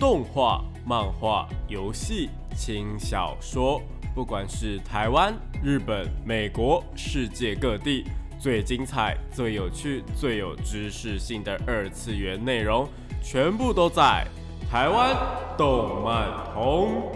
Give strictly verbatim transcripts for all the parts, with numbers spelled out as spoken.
动画、漫画、游戏、轻小说，不管是台湾、日本、美国，世界各地，最精彩、最有趣、最有知识性的二次元内容，全部都在台湾动漫通。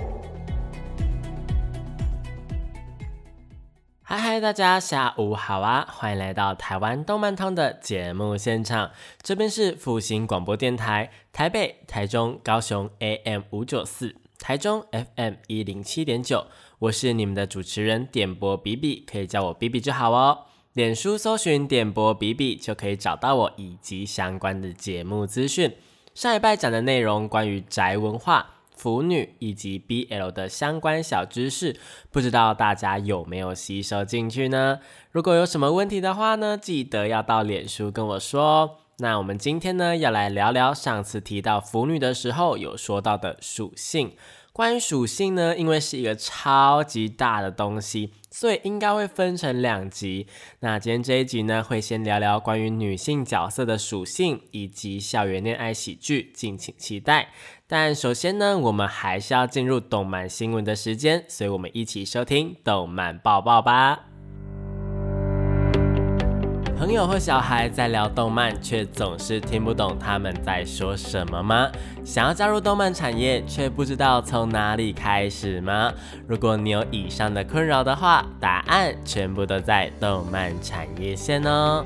嗨嗨，大家下午好啊！欢迎来到台湾动漫通的节目现场，这边是复兴广播电台，台北、台中、高雄 A M 五九四，台中 F M 一零七点九，我是你们的主持人点播比比，可以叫我比比就好哦。脸书搜寻点播比比就可以找到我以及相关的节目资讯。上一拜讲的内容关于宅文化、腐女以及 B L 的相关小知识，不知道大家有没有吸收进去呢？如果有什么问题的话呢，记得要到脸书跟我说哦。那我们今天呢，要来聊聊上次提到腐女的时候有说到的属性。关于属性呢，因为是一个超级大的东西，所以应该会分成两集。那今天这一集呢，会先聊聊关于女性角色的属性以及校园恋爱喜剧，敬请期待。但首先呢，我们还是要进入动漫新闻的时间，所以我们一起收听动漫报报吧。朋友或小孩在聊动漫，却总是听不懂他们在说什么吗？想要加入动漫产业，却不知道从哪里开始吗？如果你有以上的困扰的话，答案全部都在动漫产业线哦。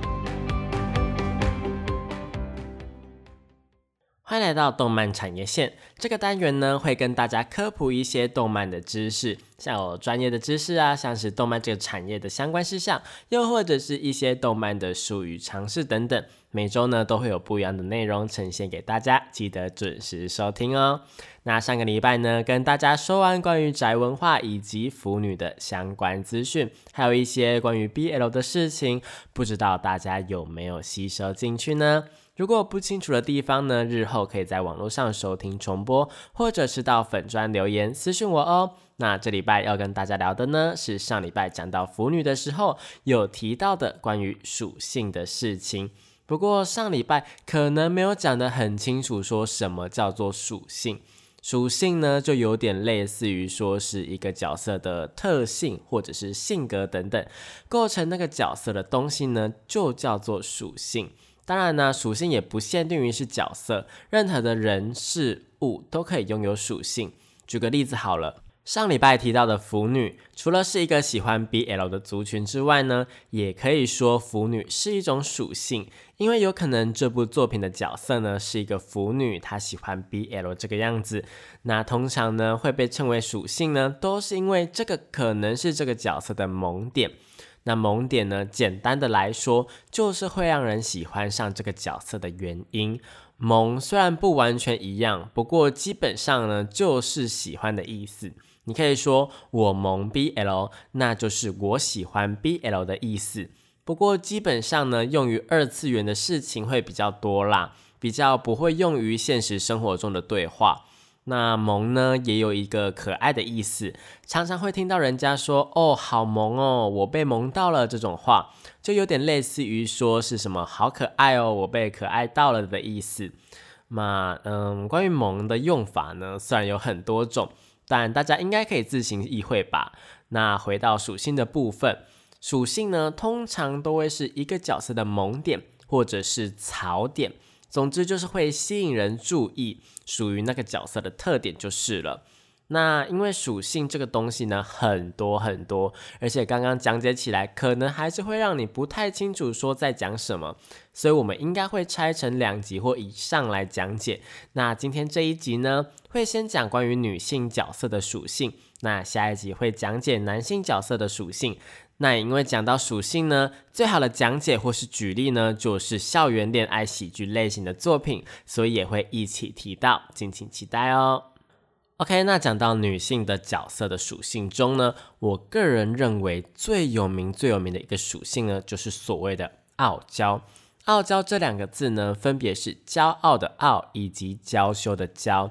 欢迎来到动漫产业线，这个单元呢，会跟大家科普一些动漫的知识，像有专业的知识啊，像是动漫这个产业的相关事项，又或者是一些动漫的术语常识等等。每周呢都会有不一样的内容呈现给大家，记得准时收听哦。那上个礼拜呢，跟大家说完关于宅文化以及腐女的相关资讯，还有一些关于 B L 的事情，不知道大家有没有吸收进去呢？如果不清楚的地方呢，日后可以在网络上收听重播，或者是到粉专留言私讯我哦。那这礼拜要跟大家聊的呢，是上礼拜讲到腐女的时候有提到的关于属性的事情。不过上礼拜可能没有讲得很清楚，说什么叫做属性。属性呢，就有点类似于说是一个角色的特性或者是性格等等，构成那个角色的东西呢，就叫做属性。当然呢，属性也不限定于是角色，任何的人事物都可以拥有属性。举个例子好了，上礼拜提到的腐女，除了是一个喜欢 B L 的族群之外呢，也可以说腐女是一种属性，因为有可能这部作品的角色呢是一个腐女，她喜欢 B L 这个样子。那通常呢会被称为属性呢，都是因为这个可能是这个角色的萌点。那萌点呢，简单的来说，就是会让人喜欢上这个角色的原因。萌虽然不完全一样，不过基本上呢，就是喜欢的意思。你可以说我萌 B L， 那就是我喜欢 B L 的意思。不过基本上呢，用于二次元的事情会比较多啦，比较不会用于现实生活中的对话。那萌呢，也有一个可爱的意思，常常会听到人家说哦，好萌哦，我被萌到了这种话，就有点类似于说是什么好可爱哦，我被可爱到了的意思。那嗯，关于萌的用法呢，虽然有很多种，但大家应该可以自行意会吧。那回到属性的部分，属性呢，通常都会是一个角色的萌点或者是槽点，总之就是会吸引人注意，属于那个角色的特点就是了。那因为属性这个东西呢很多很多，而且刚刚讲解起来可能还是会让你不太清楚说在讲什么，所以我们应该会拆成两集或以上来讲解。那今天这一集呢，会先讲关于女性角色的属性，那下一集会讲解男性角色的属性。那也因为讲到属性呢，最好的讲解或是举例呢，就是校园恋爱喜剧类型的作品，所以也会一起提到，敬请期待哦。OK， 那讲到女性的角色的属性中呢，我个人认为最有名最有名的一个属性呢，就是所谓的傲娇。傲娇这两个字呢，分别是骄傲的傲以及娇羞的娇。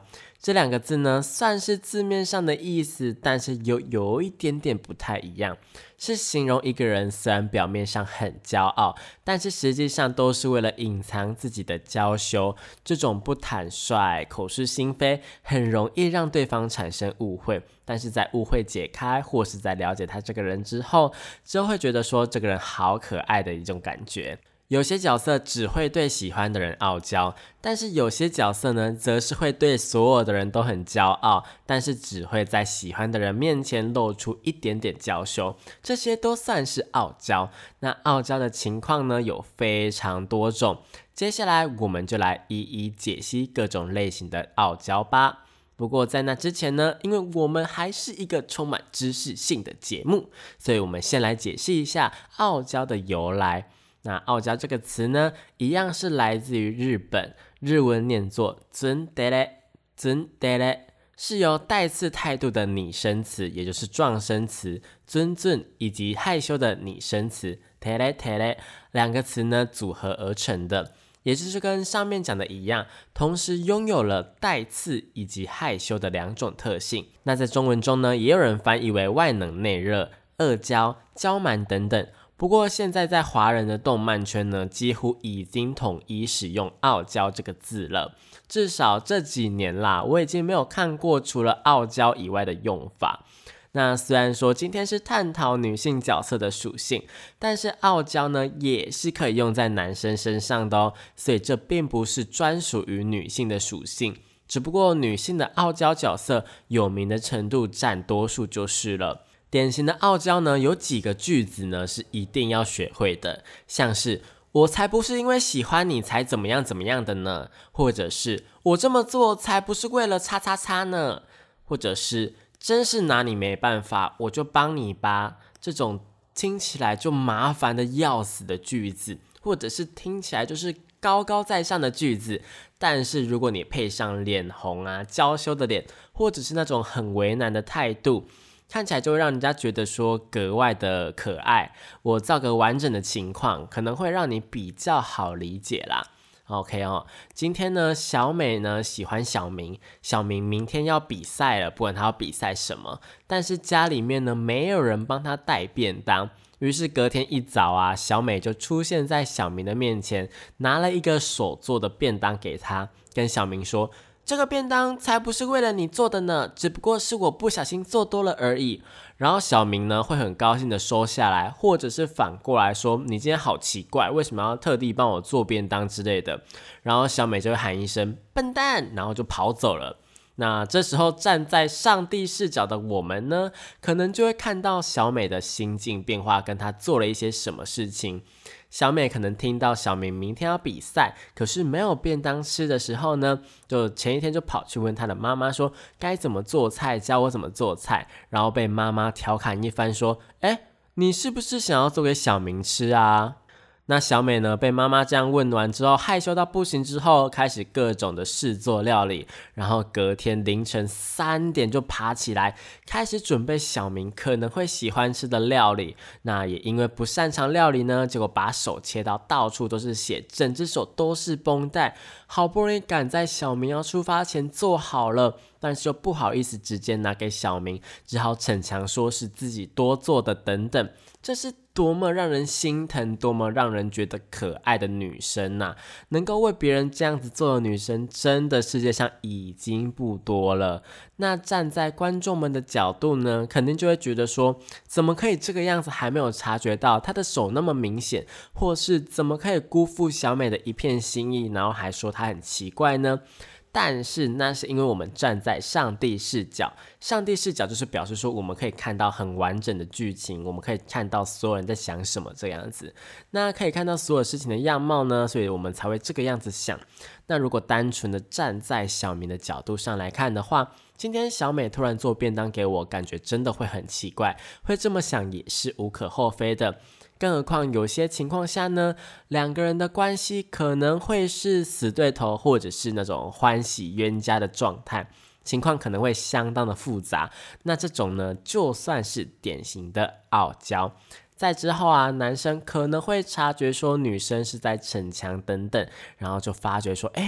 这两个字呢，算是字面上的意思，但是又有一点点不太一样，是形容一个人虽然表面上很骄傲，但是实际上都是为了隐藏自己的娇羞。这种不坦率、口是心非，很容易让对方产生误会。但是在误会解开，或是在了解他这个人之后，就会觉得说这个人好可爱的一种感觉。有些角色只会对喜欢的人傲娇，但是有些角色呢，则是会对所有的人都很骄傲，但是只会在喜欢的人面前露出一点点娇羞，这些都算是傲娇。那傲娇的情况呢，有非常多种，接下来我们就来一一解析各种类型的傲娇吧。不过在那之前呢，因为我们还是一个充满知识性的节目，所以我们先来解释一下傲娇的由来。那傲娇这个词呢，一样是来自于日本，日文念作尊德勒，尊德勒，是由带刺态度的拟声词，也就是状声词尊尊以及害羞的拟声词德勒德勒两个词呢组合而成的，也就是跟上面讲的一样，同时拥有了带刺以及害羞的两种特性。那在中文中呢，也有人翻译为外冷内热、恶娇、娇蛮等等。不过现在在华人的动漫圈呢，几乎已经统一使用傲娇这个字了。至少这几年啦，我已经没有看过除了傲娇以外的用法。那虽然说今天是探讨女性角色的属性，但是傲娇呢也是可以用在男生身上的哦，所以这并不是专属于女性的属性，只不过女性的傲娇角色有名的程度占多数就是了。典型的傲娇呢，有几个句子呢是一定要学会的，像是我才不是因为喜欢你才怎么样怎么样的呢，或者是我这么做才不是为了叉叉叉呢，或者是真是拿你没办法，我就帮你吧。这种听起来就麻烦的要死的句子，或者是听起来就是高高在上的句子，但是如果你配上脸红啊、娇羞的脸，或者是那种很为难的态度，看起来就会让人家觉得说格外的可爱。我造个完整的情况，可能会让你比较好理解啦。OK 哦，今天呢，小美呢喜欢小明，小明明天要比赛了，不管他要比赛什么，但是家里面呢没有人帮他带便当，于是隔天一早啊，小美就出现在小明的面前，拿了一个手做的便当给他，跟小明说，这个便当才不是为了你做的呢，只不过是我不小心做多了而已。然后小明呢会很高兴的收下来，或者是反过来说，你今天好奇怪，为什么要特地帮我做便当之类的。然后小美就会喊一声笨蛋，然后就跑走了。那这时候站在上帝视角的我们呢，可能就会看到小美的心境变化，跟她做了一些什么事情。小美可能听到小明明天要比赛，可是没有便当吃的时候呢，就前一天就跑去问她的妈妈说该怎么做菜，教我怎么做菜，然后被妈妈调侃一番说，诶，你是不是想要做给小明吃啊？那小美呢被妈妈这样问完之后，害羞到不行之后，开始各种的试做料理，然后隔天凌晨三点就爬起来，开始准备小明可能会喜欢吃的料理。那也因为不擅长料理呢，结果把手切到到处都是血，整只手都是绷带，好不容易赶在小明要出发前做好了，但是又不好意思直接拿给小明，只好逞强说是自己多做的等等。这是多么让人心疼，多么让人觉得可爱的女生啊，能够为别人这样子做的女生，真的世界上已经不多了。那站在观众们的角度呢，肯定就会觉得说，怎么可以这个样子还没有察觉到她的手那么明显，或是怎么可以辜负小美的一片心意，然后还说她很奇怪呢？但是那是因为我们站在上帝视角，上帝视角就是表示说我们可以看到很完整的剧情，我们可以看到所有人在想什么这样子，那可以看到所有事情的样貌呢，所以我们才会这个样子想。那如果单纯的站在小明的角度上来看的话，今天小美突然做便当给我，感觉真的会很奇怪，会这么想也是无可厚非的。更何况有些情况下呢，两个人的关系可能会是死对头，或者是那种欢喜冤家的状态，情况可能会相当的复杂。那这种呢，就算是典型的傲娇。在之后啊，男生可能会察觉说女生是在逞强等等，然后就发觉说，哎，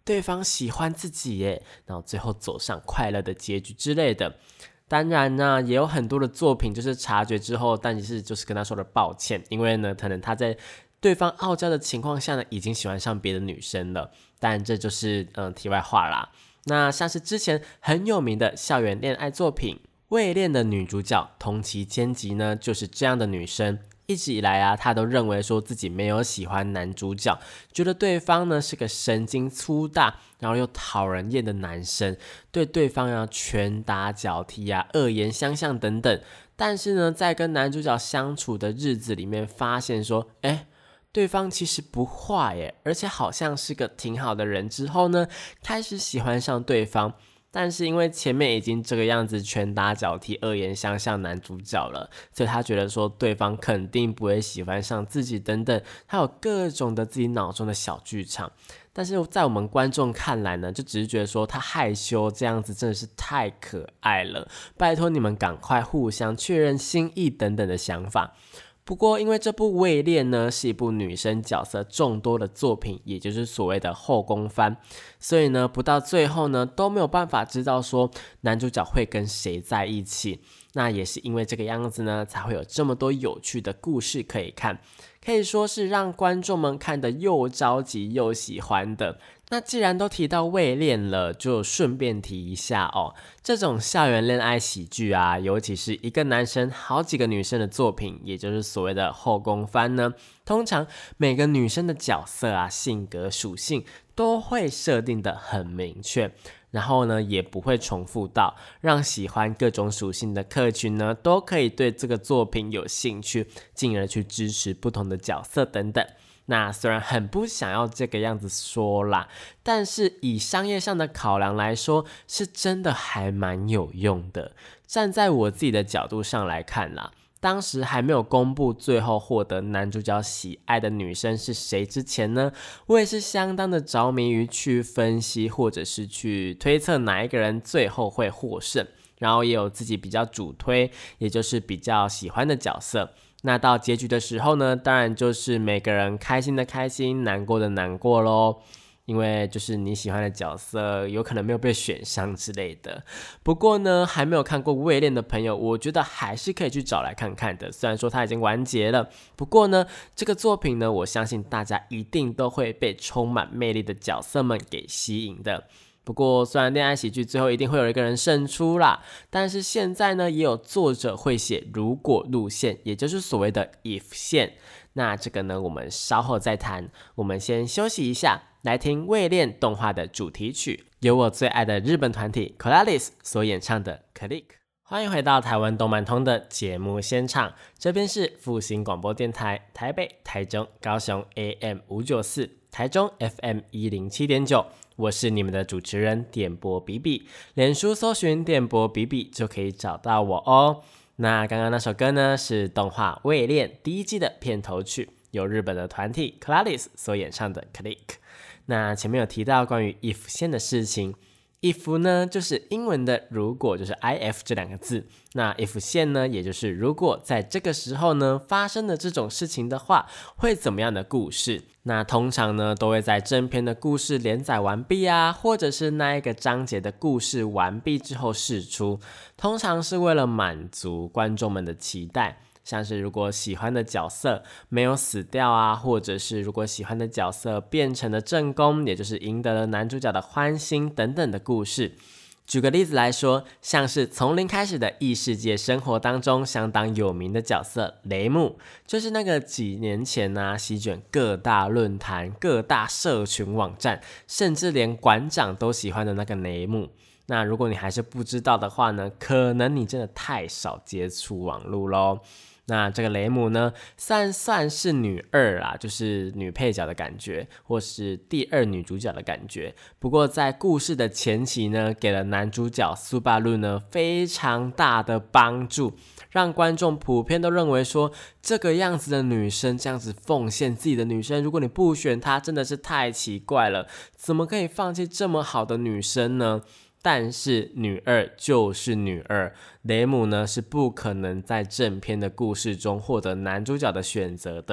对方喜欢自己耶，然后最后走上快乐的结局之类的。当然呢，也有很多的作品就是察觉之后，但是就是跟他说了抱歉，因为呢，可能他在对方傲娇的情况下呢，已经喜欢上别的女生了。但这就是嗯题外话啦。那像是之前很有名的校园恋爱作品《未恋》的女主角同期间吉呢，就是这样的女生。一直以来啊，她都认为说自己没有喜欢男主角，觉得对方呢是个神经粗大，然后又讨人厌的男生，对对方要拳打脚踢啊，恶言相向等等。但是呢，在跟男主角相处的日子里面，发现说，哎，对方其实不坏耶，而且好像是个挺好的人。之后呢，开始喜欢上对方。但是因为前面已经这个样子拳打脚踢、恶言相向男主角了，所以他觉得说对方肯定不会喜欢上自己等等，他有各种的自己脑中的小剧场。但是在我们观众看来呢，就只是觉得说他害羞这样子真的是太可爱了，拜托你们赶快互相确认心意等等的想法。不过因为这部《未恋》呢是一部女生角色众多的作品，也就是所谓的后宫番，所以呢不到最后呢都没有办法知道说男主角会跟谁在一起。那也是因为这个样子呢，才会有这么多有趣的故事可以看，可以说是让观众们看得又着急又喜欢的。那既然都提到未恋了，就顺便提一下哦，这种校园恋爱喜剧啊，尤其是一个男生好几个女生的作品，也就是所谓的后宫番呢，通常每个女生的角色啊、性格属性都会设定得很明确，然后呢也不会重复到，让喜欢各种属性的客群呢都可以对这个作品有兴趣，进而去支持不同的角色等等。那虽然很不想要这个样子说啦，但是以商业上的考量来说，是真的还蛮有用的。站在我自己的角度上来看啦，当时还没有公布最后获得男主角喜爱的女生是谁之前呢，我也是相当的着迷于去分析或者是去推测哪一个人最后会获胜，然后也有自己比较主推，也就是比较喜欢的角色。那到结局的时候呢，当然就是每个人开心的开心，难过的难过咯，因为就是你喜欢的角色有可能没有被选上之类的。不过呢，还没有看过《未恋》的朋友，我觉得还是可以去找来看看的。虽然说它已经完结了，不过呢，这个作品呢，我相信大家一定都会被充满魅力的角色们给吸引的。不过虽然恋爱喜剧最后一定会有一个人胜出啦，但是现在呢也有作者会写如果路线，也就是所谓的 if 线。那这个呢我们稍后再谈，我们先休息一下，来听未恋动画的主题曲，由我最爱的日本团体 Colaris 所演唱的 Click。 欢迎回到台湾动漫通的节目现场，这边是复兴广播电台台北、台中、高雄 A M 五九四， 台中 F M 一零七点九，我是你们的主持人点播比比，脸书搜寻点播比比就可以找到我哦。那刚刚那首歌呢是动画《未恋》第一季的片头曲，由日本的团体 Colaris 所演唱的 Click。 那前面有提到关于 if 线的事情， if 呢就是英文的如果，就是 if 这两个字，那 if 线呢也就是如果在这个时候呢发生的这种事情的话会怎么样的故事。那通常呢都会在正片的故事连载完毕啊，或者是那一个章节的故事完毕之后释出，通常是为了满足观众们的期待，像是如果喜欢的角色没有死掉啊，或者是如果喜欢的角色变成了正宫，也就是赢得了男主角的欢心等等的故事。举个例子来说，像是从零开始的异世界生活当中相当有名的角色雷姆，就是那个几年前啊席卷各大论坛、各大社群网站，甚至连馆长都喜欢的那个雷姆。那如果你还是不知道的话呢，可能你真的太少接触网络咯。那这个雷姆呢算算是女二啦，就是女配角的感觉，或是第二女主角的感觉。不过在故事的前期呢，给了男主角苏巴路呢非常大的帮助，让观众普遍都认为说，这个样子的女生，这样子奉献自己的女生，如果你不选她真的是太奇怪了，怎么可以放弃这么好的女生呢？但是女二就是女二，雷姆呢是不可能在正片的故事中获得男主角的选择的，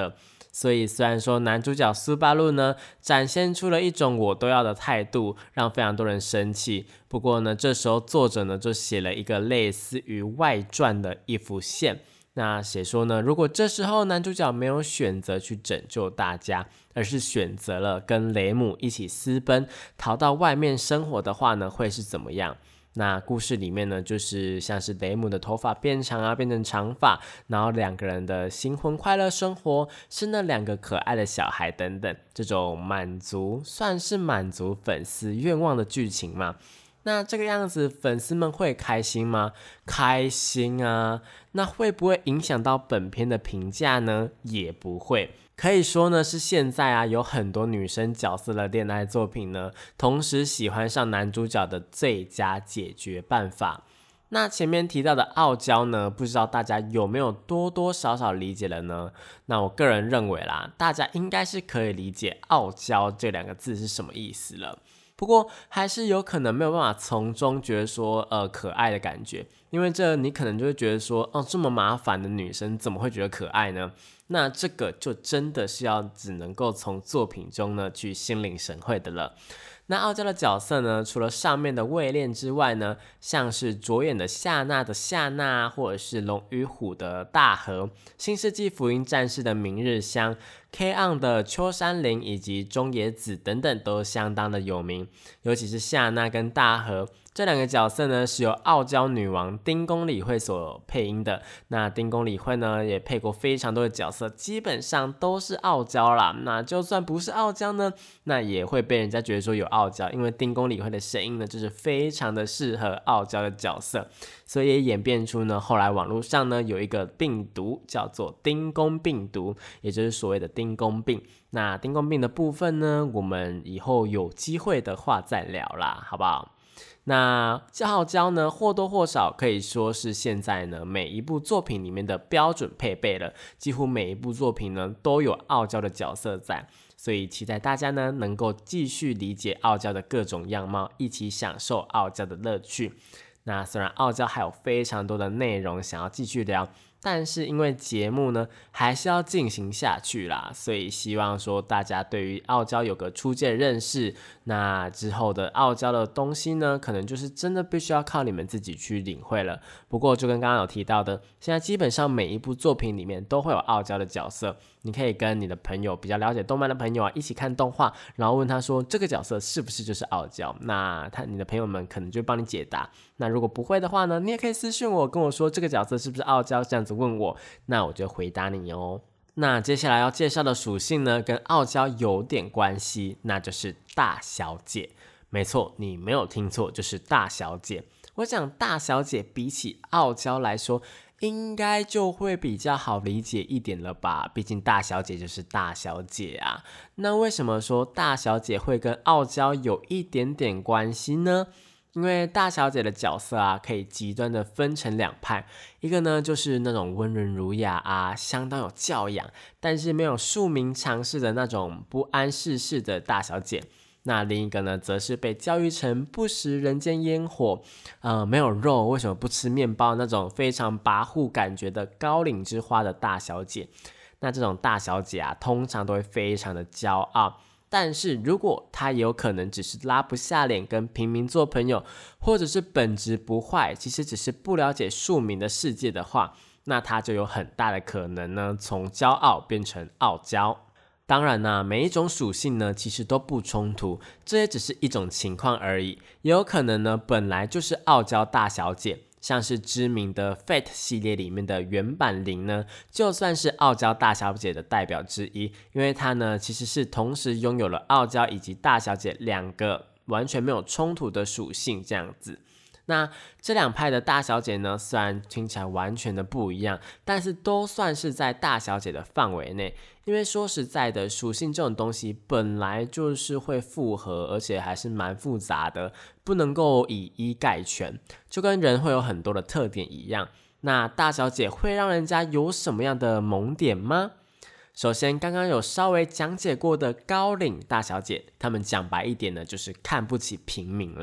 所以虽然说男主角苏巴路呢展现出了一种我都要的态度，让非常多人生气，不过呢这时候作者呢就写了一个类似于外传的一幅线，那写说呢，如果这时候男主角没有选择去拯救大家，而是选择了跟雷姆一起私奔逃到外面生活的话呢，会是怎么样？那故事里面呢，就是像是雷姆的头发变长啊，变成长发，然后两个人的新婚快乐生活，生了两个可爱的小孩等等，这种满足算是满足粉丝愿望的剧情嘛。那这个样子粉丝们会开心吗？开心啊。那会不会影响到本片的评价呢？也不会。可以说呢，是现在啊有很多女生角色的恋爱作品呢，同时喜欢上男主角的最佳解决办法。那前面提到的傲娇呢，不知道大家有没有多多少少理解了呢？那我个人认为啦，大家应该是可以理解傲娇这两个字是什么意思了。不过还是有可能没有办法从中觉得说呃可爱的感觉，因为这你可能就会觉得说哦这么麻烦的女生怎么会觉得可爱呢？那这个就真的是要只能够从作品中呢去心领神会的了。那傲娇的角色呢，除了上面的位恋之外呢，像是着眼的夏娜的夏娜，或者是龙与虎的大和，新世纪福音战士的明日香， K-On 的秋山绫以及中野子等等都相当的有名。尤其是夏娜跟大和这两个角色呢，是由傲娇女王丁宫理惠所配音的。那丁宫理惠呢，也配过非常多的角色，基本上都是傲娇啦。那就算不是傲娇呢，那也会被人家觉得说有傲娇，因为丁宫理惠的声音呢，就是非常的适合傲娇的角色，所以也演变出呢，后来网络上呢有一个病毒叫做丁宫病毒，也就是所谓的丁宫病。那丁宫病的部分呢，我们以后有机会的话再聊啦，好不好？那傲娇呢，或多或少可以说是现在呢每一部作品里面的标准配备了，几乎每一部作品呢都有傲娇的角色在，所以期待大家呢能够继续理解傲娇的各种样貌，一起享受傲娇的乐趣。那虽然傲娇还有非常多的内容想要继续聊，但是因为节目呢还是要进行下去啦，所以希望说大家对于傲娇有个初阶认识，那之后的傲娇的东西呢，可能就是真的必须要靠你们自己去领会了。不过就跟刚刚有提到的，现在基本上每一部作品里面都会有傲娇的角色，你可以跟你的朋友比较了解动漫的朋友啊一起看动画，然后问他说这个角色是不是就是傲娇，那他你的朋友们可能就会帮你解答。那如果不会的话呢，你也可以私讯我跟我说这个角色是不是傲娇，这样子问我，那我就回答你哦。那接下来要介绍的属性呢，跟傲娇有点关系，那就是大小姐。没错，你没有听错，就是大小姐。我想大小姐比起傲娇来说，应该就会比较好理解一点了吧，毕竟大小姐就是大小姐啊。那为什么说大小姐会跟傲娇有一点点关系呢？因为大小姐的角色啊，可以极端的分成两派，一个呢就是那种温润儒雅啊，相当有教养，但是没有庶民常识的那种不谙世事的大小姐。那另一个呢，则是被教育成不食人间烟火，呃，没有肉为什么不吃面包那种非常跋扈感觉的高岭之花的大小姐。那这种大小姐啊，通常都会非常的骄傲。但是如果他有可能只是拉不下脸跟平民做朋友，或者是本质不坏，其实只是不了解庶民的世界的话，那他就有很大的可能呢，从骄傲变成傲娇。当然啦，每一种属性呢其实都不冲突，这也只是一种情况而已，也有可能呢本来就是傲娇大小姐。像是知名的 Fate 系列里面的原版铃呢，就算是傲娇大小姐的代表之一，因为她呢其实是同时拥有了傲娇以及大小姐两个完全没有冲突的属性这样子。那这两派的大小姐呢，虽然听起来完全的不一样，但是都算是在大小姐的范围内。因为说实在的，属性这种东西本来就是会复合，而且还是蛮复杂的，不能够以一概全，就跟人会有很多的特点一样。那大小姐会让人家有什么样的萌点吗？首先刚刚有稍微讲解过的高岭大小姐，他们讲白一点呢，就是看不起平民啦。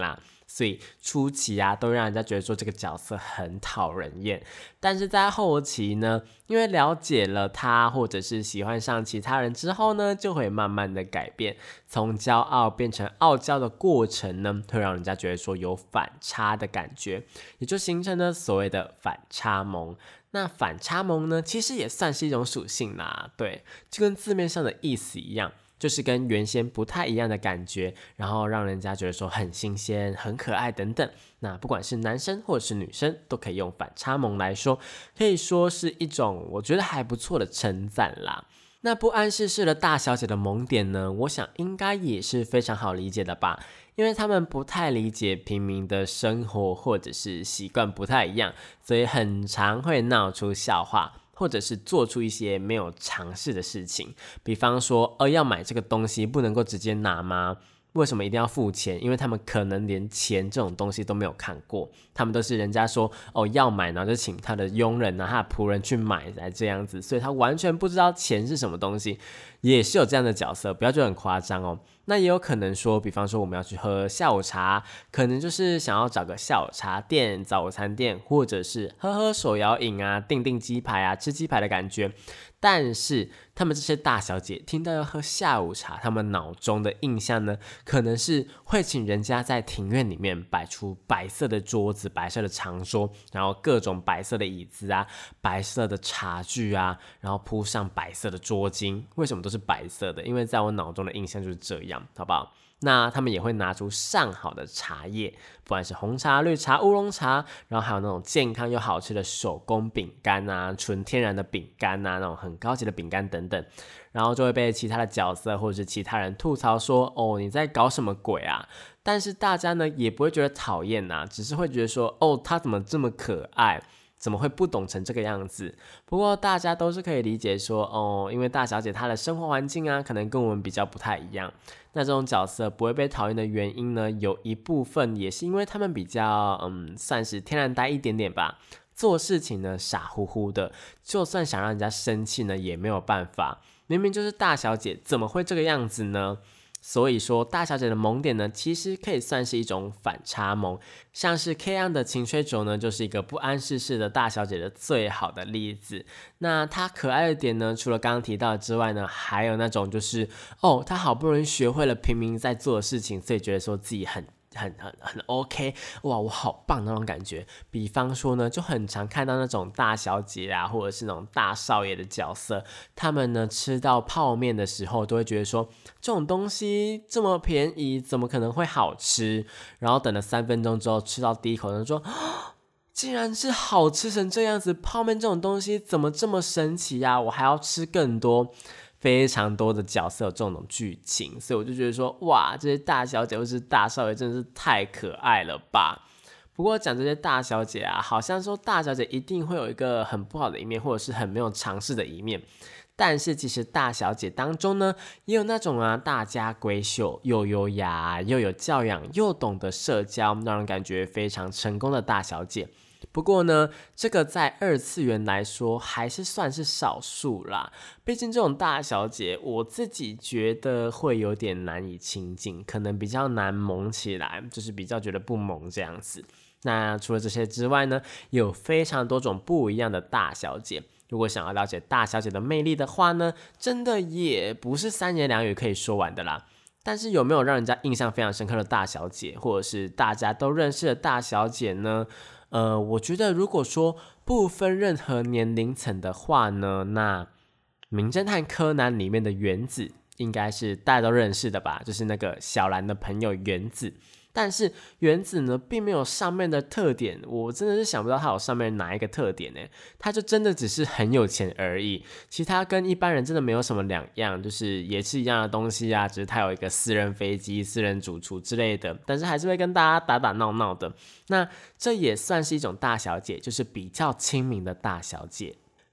所以初期啊都让人家觉得说这个角色很讨人厌。但是在后期呢，因为了解了他或者是喜欢上其他人之后呢，就会慢慢的改变，从骄傲变成傲娇的过程呢，会让人家觉得说有反差的感觉，也就形成了所谓的反差萌。那反差萌呢，其实也算是一种属性啦，对，就跟字面上的意思一样，就是跟原先不太一样的感觉，然后让人家觉得说很新鲜、很可爱等等。那不管是男生或者是女生，都可以用反差萌来说，可以说是一种我觉得还不错的称赞啦。那不谙世事的大小姐的萌点呢，我想应该也是非常好理解的吧，因为他们不太理解平民的生活或者是习惯不太一样，所以很常会闹出笑话，或者是做出一些没有尝试的事情。比方说，呃，要买这个东西不能够直接拿吗？为什么一定要付钱？因为他们可能连钱这种东西都没有看过，他们都是人家说哦要买，然后就请他的佣人啊、他的仆人去买来这样子，所以他完全不知道钱是什么东西，也是有这样的角色，不要觉得很夸张哦。那也有可能说，比方说我们要去喝下午茶，可能就是想要找个下午茶店、早餐店，或者是喝喝手摇饮啊、订订鸡排啊、吃鸡排的感觉。但是他们这些大小姐听到要喝下午茶，他们脑中的印象呢，可能是会请人家在庭院里面摆出白色的桌子、白色的长桌，然后各种白色的椅子啊、白色的茶具啊，然后铺上白色的桌巾。为什么都是白色的？因为在我脑中的印象就是这样，好不好？那他们也会拿出上好的茶叶，不管是红茶、绿茶、乌龙茶，然后还有那种健康又好吃的手工饼干啊、纯天然的饼干啊，那种很高级的饼干等等，然后就会被其他的角色或者是其他人吐槽说：“哦，你在搞什么鬼啊？”但是大家呢也不会觉得讨厌呐，只是会觉得说：“哦，他怎么这么可爱？”怎么会不懂成这个样子？不过大家都是可以理解说，哦，因为大小姐她的生活环境啊，可能跟我们比较不太一样。那这种角色不会被讨厌的原因呢，有一部分也是因为他们比较，嗯，算是天然呆一点点吧。做事情呢傻乎乎的，就算想让人家生气呢，也没有办法。明明就是大小姐，怎么会这个样子呢？所以说大小姐的萌点呢，其实可以算是一种反差萌，像是 K 样的情吹轴呢，就是一个不谙世事的大小姐的最好的例子。那她可爱的点呢，除了刚刚提到的之外呢，还有那种就是哦，她好不容易学会了平民在做的事情，所以觉得说自己很很很很 OK， 哇，我好棒那种感觉。比方说呢，就很常看到那种大小姐啊，或者是那种大少爷的角色，他们呢吃到泡面的时候，都会觉得说这种东西这么便宜，怎么可能会好吃？然后等了三分钟之后，吃到第一口，人说。竟然是好吃成这样子，泡面这种东西怎么这么神奇啊？我还要吃更多。非常多的角色有这种剧情，所以我就觉得说，哇，这些大小姐或是大少爷真的是太可爱了吧。不过讲这些大小姐啊，好像说大小姐一定会有一个很不好的一面，或者是很没有尝试的一面。但是其实大小姐当中呢，也有那种啊大家闺秀，又优雅又有教养，又懂得社交，让人感觉非常成功的大小姐。不过呢，这个在二次元来说还是算是少数啦。毕竟这种大小姐，我自己觉得会有点难以亲近，可能比较难萌起来，就是比较觉得不萌这样子。那除了这些之外呢，有非常多种不一样的大小姐。如果想要了解大小姐的魅力的话呢，真的也不是三言两语可以说完的啦。但是有没有让人家印象非常深刻的大小姐，或者是大家都认识的大小姐呢？呃，我觉得如果说不分任何年龄层的话呢，那《名侦探柯南》里面的原子应该是大家都认识的吧，就是那个小兰的朋友原子。但是原子呢，并没有上面的特点，我真的是想不到他有上面哪一个特点呢？他就真的只是很有钱而已，其他跟一般人真的没有什么两样，就是也是一样的东西啊，只是他有一个私人飞机、私人主厨之类的，但是还是会跟大家打打闹闹的。那这也算是一种大小姐，就是比较亲民的大小姐。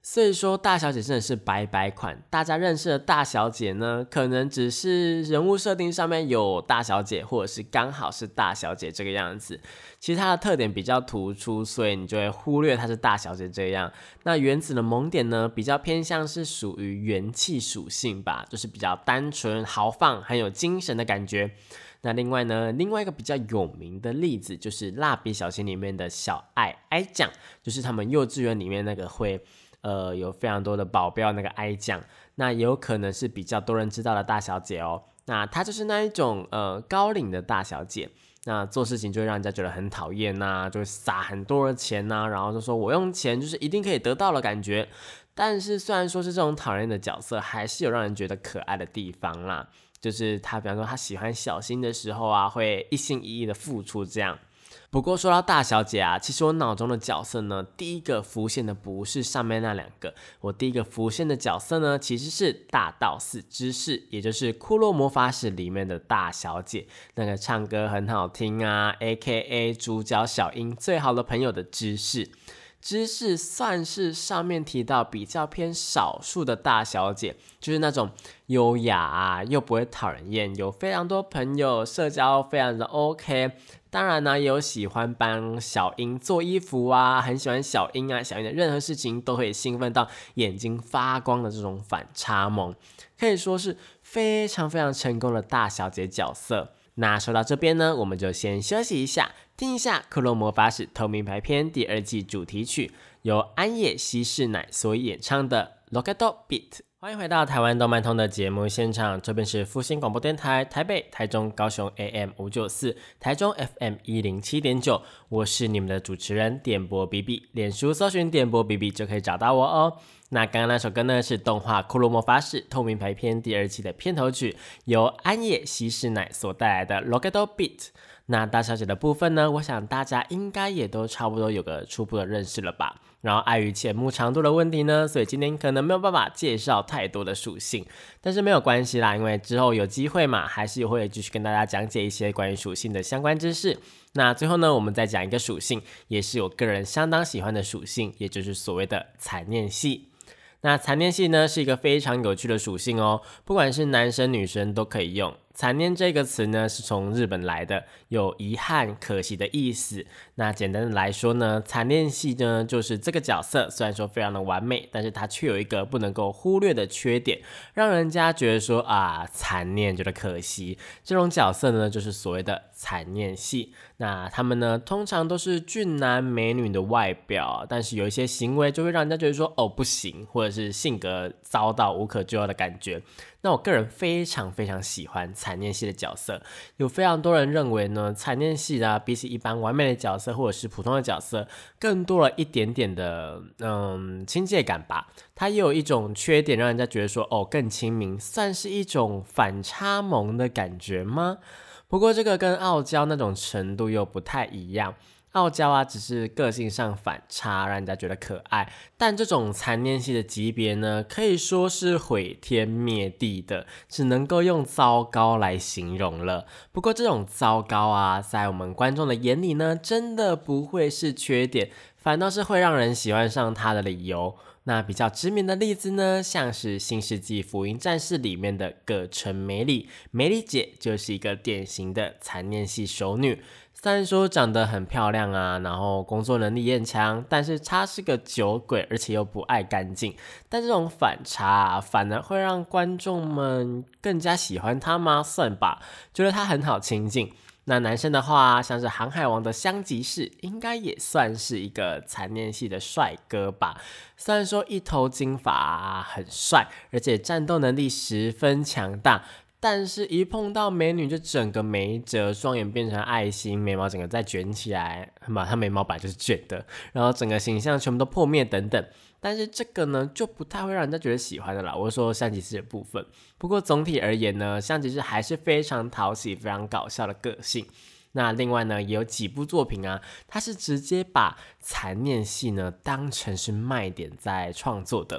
所以说大小姐真的是百百款，大家认识的大小姐呢，可能只是人物设定上面有大小姐，或者是刚好是大小姐这个样子，其实它的特点比较突出，所以你就会忽略它是大小姐这样。那原子的萌点呢，比较偏向是属于元气属性吧，就是比较单纯豪放，很有精神的感觉。那另外呢，另外一个比较有名的例子就是蜡笔小新里面的小爱爱酱，就是他们幼稚园里面那个会呃有非常多的保镖那个爱酱，那也有可能是比较多人知道的大小姐哦。那她就是那一种呃高领的大小姐，那做事情就会让人家觉得很讨厌呐，就会撒很多的钱呐，然后就说我用钱就是一定可以得到的感觉。但是虽然说是这种讨厌的角色，还是有让人觉得可爱的地方啦。就是他比方说他喜欢小新的时候啊，会一心一意的付出这样。不过说到大小姐啊，其实我脑中的角色呢，第一个浮现的不是上面那两个，我第一个浮现的角色呢，其实是大道寺知世，也就是库洛魔法使里面的大小姐，那个唱歌很好听啊 A K A 主角小樱最好的朋友的知世。知世算是上面提到比较偏少数的大小姐，就是那种优雅啊，又不会讨人厌，有非常多朋友，社交非常的 OK。当然呢，也有喜欢帮小樱做衣服啊，很喜欢小樱啊，小樱的任何事情都会兴奋到眼睛发光的这种反差萌，可以说是非常非常成功的大小姐角色。那说到这边呢，我们就先休息一下，听一下《库洛魔法使透明牌篇》第二季主题曲，由安野希世乃所演唱的《Rocket Beat》。欢迎回到台湾动漫通的节目现场，这边是复兴广播电台台北、台中、高雄 A M 五九四，台中 F M 一零七点九，我是你们的主持人点播 B B， 脸书搜寻点播 B B 就可以找到我哦。那刚刚那首歌呢，是动画《库洛魔法使透明牌篇》第二季的片头曲，由安野希世乃所带来的 Rocket Beat。那大小姐的部分呢，我想大家应该也都差不多有个初步的认识了吧。然后碍于节目长度的问题呢，所以今天可能没有办法介绍太多的属性，但是没有关系啦，因为之后有机会嘛，还是会继续跟大家讲解一些关于属性的相关知识。那最后呢，我们再讲一个属性，也是我个人相当喜欢的属性，也就是所谓的残念系。那残念系呢，是一个非常有趣的属性哦，不管是男生女生都可以用。残念这个词呢，是从日本来的，有遗憾、可惜的意思。那简单的来说呢，残念系呢，就是这个角色虽然说非常的完美，但是他却有一个不能够忽略的缺点，让人家觉得说啊，残念，觉得可惜。这种角色呢，就是所谓的残念系。那他们呢，通常都是俊男美女的外表，但是有一些行为就会让人家觉得说，哦，不行，或者是性格糟到无可救药的感觉。那我个人非常非常喜欢残念系的角色，有非常多人认为呢，残念系啊，比起一般完美的角色或者是普通的角色，更多了一点点的嗯亲切感吧。它也有一种缺点，让人家觉得说，哦，更亲民，算是一种反差萌的感觉吗？不过这个跟傲娇那种程度又不太一样。傲娇啊，只是个性上反差，让人家觉得可爱。但这种残念系的级别呢，可以说是毁天灭地的，只能够用糟糕来形容了。不过这种糟糕啊，在我们观众的眼里呢，真的不会是缺点，反倒是会让人喜欢上他的理由。那比较知名的例子呢，像是《新世纪福音战士》里面的葛城美里，美里姐就是一个典型的残念系熟女。虽然说长得很漂亮啊，然后工作能力也很强，但是她是个酒鬼，而且又不爱干净。但这种反差啊，反而会让观众们更加喜欢她吗？算吧，觉得她很好亲近。那男生的话，像是航海王的香吉士，应该也算是一个残念系的帅哥吧。虽然说一头金发啊，很帅，而且战斗能力十分强大，但是一碰到美女就整个没辙，双眼变成爱心，眉毛整个再卷起来，嘛，他眉毛本来就是卷的，然后整个形象全部都破灭等等。但是这个呢，就不太会让人家觉得喜欢的啦。我说香吉士的部分，不过总体而言呢，香吉士还是非常讨喜、非常搞笑的个性。那另外呢，也有几部作品啊，它是直接把残念系呢当成是卖点在创作的。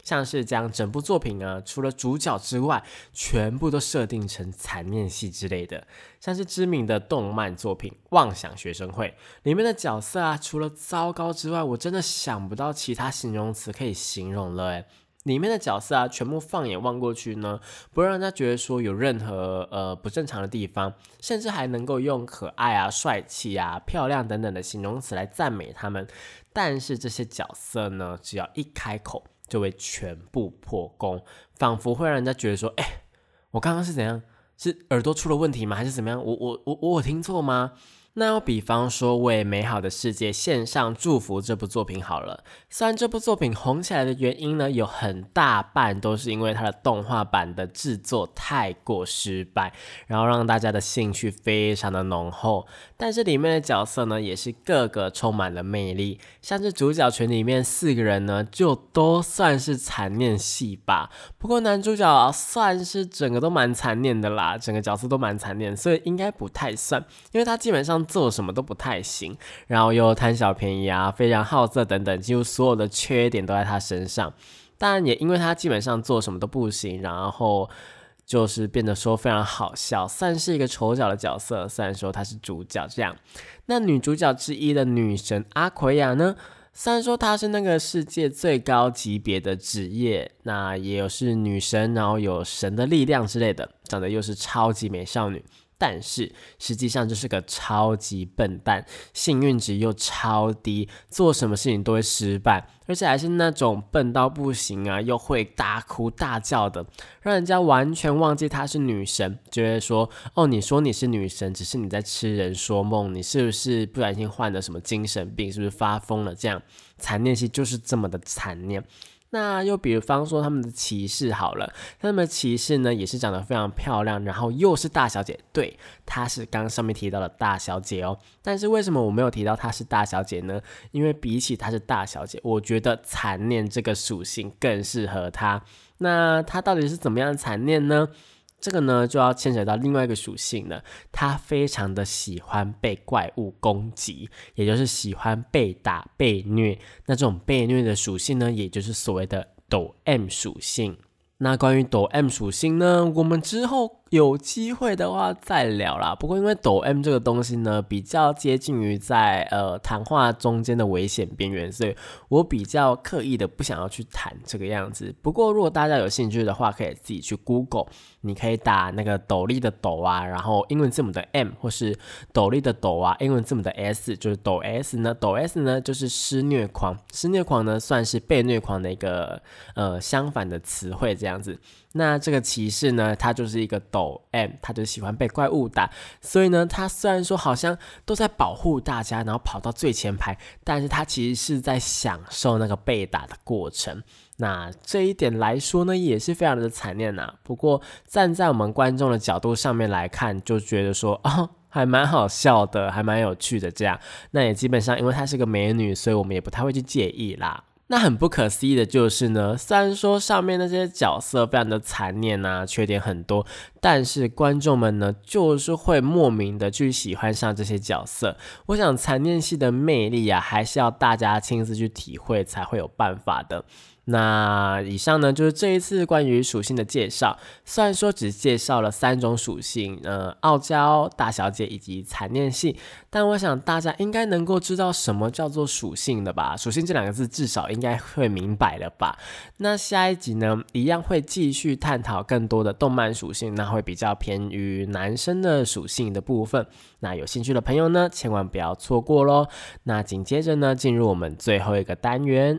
像是将整部作品啊，除了主角之外，全部都设定成残念系之类的。像是知名的动漫作品《妄想学生会》里面的角色啊，除了糟糕之外，我真的想不到其他形容词可以形容了诶。里面的角色啊，全部放眼望过去呢，不让人家觉得说有任何呃不正常的地方，甚至还能够用可爱啊、帅气啊、漂亮等等的形容词来赞美他们。但是这些角色呢，只要一开口，就会全部破功，仿佛会让人家觉得说，哎、欸，我刚刚是怎样？是耳朵出了问题吗？还是怎么样？我我我我有听错吗？那要比方说为美好的世界献上祝福这部作品好了，虽然这部作品红起来的原因呢，有很大半都是因为它的动画版的制作太过失败，然后让大家的兴趣非常的浓厚，但是里面的角色呢，也是个个充满了魅力，像是主角群里面四个人呢，就都算是残念系吧，不过男主角啊，算是整个都蛮残念的啦，整个角色都蛮残念，所以应该不太算，因为他基本上做什么都不太行，然后又贪小便宜啊，非常好色等等，几乎所有的缺点都在他身上。当然也因为他基本上做什么都不行，然后就是变得说非常好笑，算是一个丑角的角色，虽然说他是主角这样。那女主角之一的女神阿奎亚呢，虽然说她是那个世界最高级别的职业，那也有是女神，然后有神的力量之类的，长得又是超级美少女，但是实际上就是个超级笨蛋，幸运值又超低，做什么事情都会失败，而且还是那种笨到不行啊，又会大哭大叫的，让人家完全忘记她是女神，觉得说哦，你说你是女神，只是你在痴人说梦，你是不是不小心患了什么精神病，是不是发疯了？这样残念系就是这么的残念。那又比方说他们的骑士好了，他们的骑士呢也是长得非常漂亮，然后又是大小姐，对，她是刚刚上面提到的大小姐哦。但是为什么我没有提到她是大小姐呢？因为比起她是大小姐，我觉得残念这个属性更适合她。那她到底是怎么样的残念呢？这个呢就要牵扯到另外一个属性了，他非常的喜欢被怪物攻击，也就是喜欢被打被虐，那这种被虐的属性呢，也就是所谓的抖 M 属性。那关于抖 M 属性呢，我们之后有机会的话再聊啦。不过因为抖 M 这个东西呢，比较接近于在呃谈话中间的危险边缘，所以我比较刻意的不想要去谈这个样子。不过如果大家有兴趣的话，可以自己去 Google， 你可以打那个斗笠的斗啊，然后英文字母的 M， 或是斗笠的斗啊，英文字母的 S， 就是抖 S 呢，抖 S 呢就是施虐狂，施虐狂呢算是被虐狂的一个呃相反的词汇这样子。那这个骑士呢，他就是一个抖 M， 他就喜欢被怪物打，所以呢，他虽然说好像都在保护大家，然后跑到最前排，但是他其实是在享受那个被打的过程。那这一点来说呢，也是非常的残念啊。不过站在我们观众的角度上面来看，就觉得说哦，还蛮好笑的，还蛮有趣的这样。那也基本上因为她是个美女，所以我们也不太会去介意啦。那很不可思议的就是呢，虽然说上面那些角色非常的残念啊，缺点很多，但是观众们呢，就是会莫名的去喜欢上这些角色。我想残念系的魅力啊，还是要大家亲自去体会才会有办法的。那以上呢就是这一次关于属性的介绍，虽然说只介绍了三种属性，呃，傲娇、大小姐以及残念系，但我想大家应该能够知道什么叫做属性的吧？属性这两个字至少应该会明白了吧？那下一集呢，一样会继续探讨更多的动漫属性，那会比较偏于男生的属性的部分。那有兴趣的朋友呢，千万不要错过咯。那紧接着呢，进入我们最后一个单元。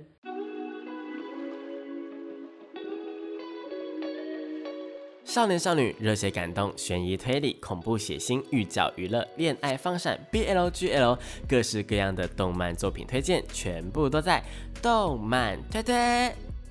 少年少女、热血感动、悬疑推理、恐怖血腥、寓教娱乐、恋爱放闪、B L G L， 各式各样的动漫作品推荐，全部都在动漫推推。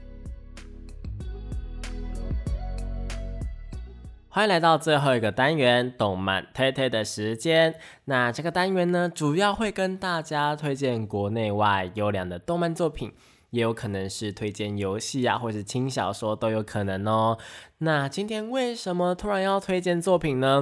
欢迎来到最后一个单元，动漫推推的时间。那这个单元呢，主要会跟大家推荐国内外优良的动漫作品，也有可能是推荐游戏啊，或是轻小说都有可能哦。那今天为什么突然要推荐作品呢？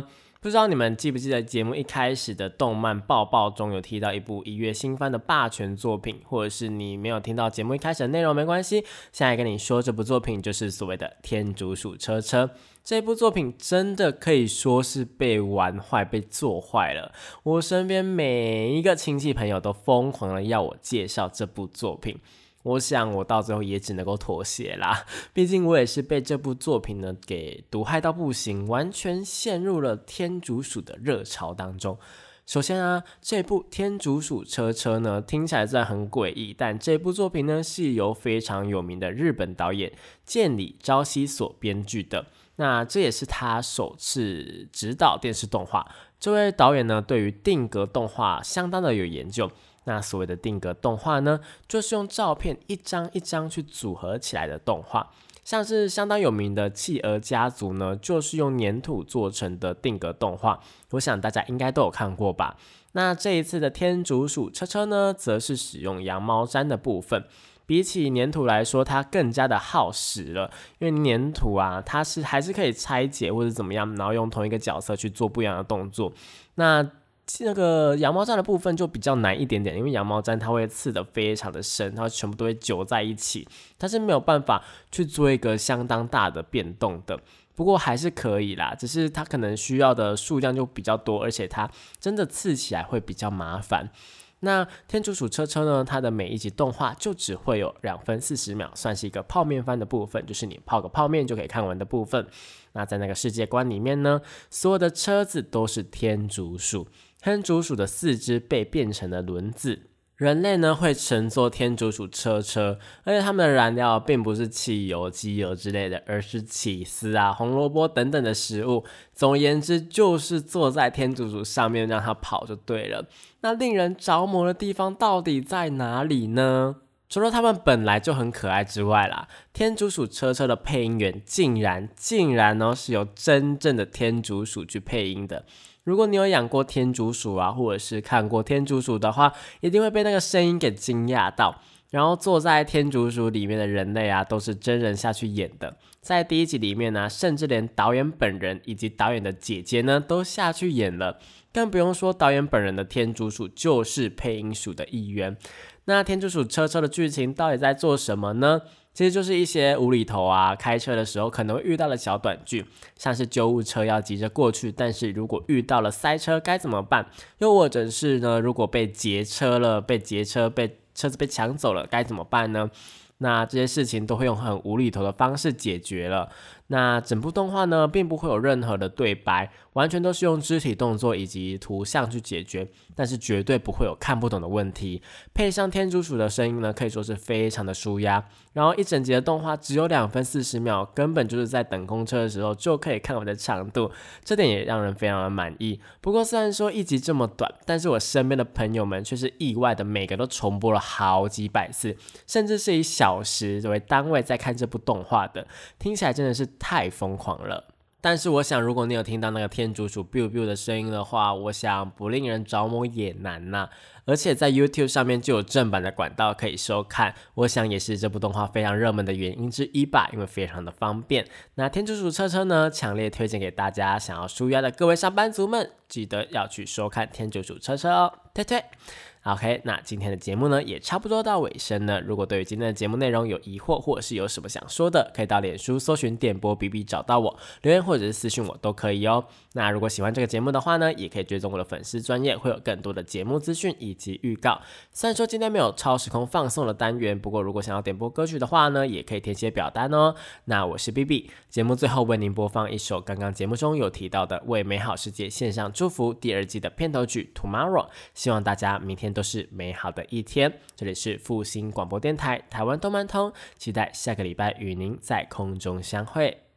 不知道你们记不记得节目一开始的动漫报报中有提到一部一月新番的霸权作品，或者是你没有听到节目一开始的内容没关系，现在跟你说这部作品就是所谓的天竺鼠车车。这部作品真的可以说是被玩坏被做坏了，我身边每一个亲戚朋友都疯狂的要我介绍这部作品，我想我到最后也只能够妥协啦，毕竟我也是被这部作品呢给毒害到不行，完全陷入了天竺鼠的热潮当中。首先啊，这部天竺鼠车车呢听起来虽然很诡异，但这部作品呢是由非常有名的日本导演见里朝希所编剧的，那这也是他首次执导电视动画。这位导演呢对于定格动画相当的有研究，那所谓的定格动画呢，就是用照片一张一张去组合起来的动画，像是相当有名的企鹅家族呢，就是用粘土做成的定格动画，我想大家应该都有看过吧。那这一次的天竺鼠车车呢，则是使用羊毛毡的部分，比起粘土来说，它更加的耗时了，因为粘土啊，它是还是可以拆解或者怎么样，然后用同一个角色去做不一样的动作。那那个羊毛毡的部分就比较难一点点，因为羊毛毡它会刺得非常的深，它全部都会揪在一起，它是没有办法去做一个相当大的变动的。不过还是可以啦，只是它可能需要的数量就比较多，而且它真的刺起来会比较麻烦。那天竺鼠车车呢，它的每一集动画就只会有两分四十秒，算是一个泡面番的部分，就是你泡个泡面就可以看完的部分。那在那个世界观里面呢，所有的车子都是天竺鼠，天竺鼠的四肢被变成了轮子，人类呢会乘坐天竺鼠车车，而且他们的燃料并不是汽油、机油之类的，而是起司啊、红萝卜等等的食物。总而言之，就是坐在天竺鼠上面让它跑就对了。那令人着魔的地方到底在哪里呢？除了他们本来就很可爱之外啦，天竺鼠车车的配音员竟然竟然呢是由真正的天竺鼠去配音的。如果你有养过天竺鼠啊，或者是看过天竺鼠的话，一定会被那个声音给惊讶到。然后坐在天竺鼠里面的人类啊，都是真人下去演的。在第一集里面呢、啊，甚至连导演本人以及导演的姐姐呢，都下去演了。更不用说导演本人的天竺鼠就是配音鼠的一员。那天竺鼠车车的剧情到底在做什么呢？其实就是一些无厘头啊，开车的时候可能会遇到的小短剧，像是救护车要急着过去，但是如果遇到了塞车该怎么办？又或者是呢，如果被劫车了，被劫车，被车子被抢走了该怎么办呢？那这些事情都会用很无厘头的方式解决了。那整部动画呢，并不会有任何的对白，完全都是用肢体动作以及图像去解决，但是绝对不会有看不懂的问题。配上天竺鼠的声音呢，可以说是非常的舒压。然后一整集的动画只有两分四十秒，根本就是在等公车的时候就可以看完的长度，这点也让人非常的满意。不过虽然说一集这么短，但是我身边的朋友们却是意外的每个都重播了好几百次，甚至是以小时为单位在看这部动画的，听起来真的是太疯狂了。但是我想如果你有听到那个天竺鼠 biu biu 的声音的话，我想不令人着魔也难呐、啊。而且在 YouTube 上面就有正版的管道可以收看，我想也是这部动画非常热门的原因之一吧，因为非常的方便。那天竺鼠车车呢，强烈推荐给大家想要舒压的各位上班族们，记得要去收看天竺鼠车车哦，推推。OK， 那今天的节目呢也差不多到尾声了。如果对于今天的节目内容有疑惑，或者是有什么想说的，可以到脸书搜寻电波 B B 找到我，留言或者是私讯我都可以哦。那如果喜欢这个节目的话呢，也可以追踪我的粉丝专页，会有更多的节目资讯以及预告。虽然说今天没有超时空放送的单元，不过如果想要点播歌曲的话呢，也可以填写表单哦。那我是 B B， 节目最后为您播放一首刚刚节目中有提到的《为美好世界献上祝福》第二季的片头曲 Tomorrow， 希望大家明天都是美好的一天。这里是复兴广播电台台湾动漫通，期待下个礼拜与您在空中相会。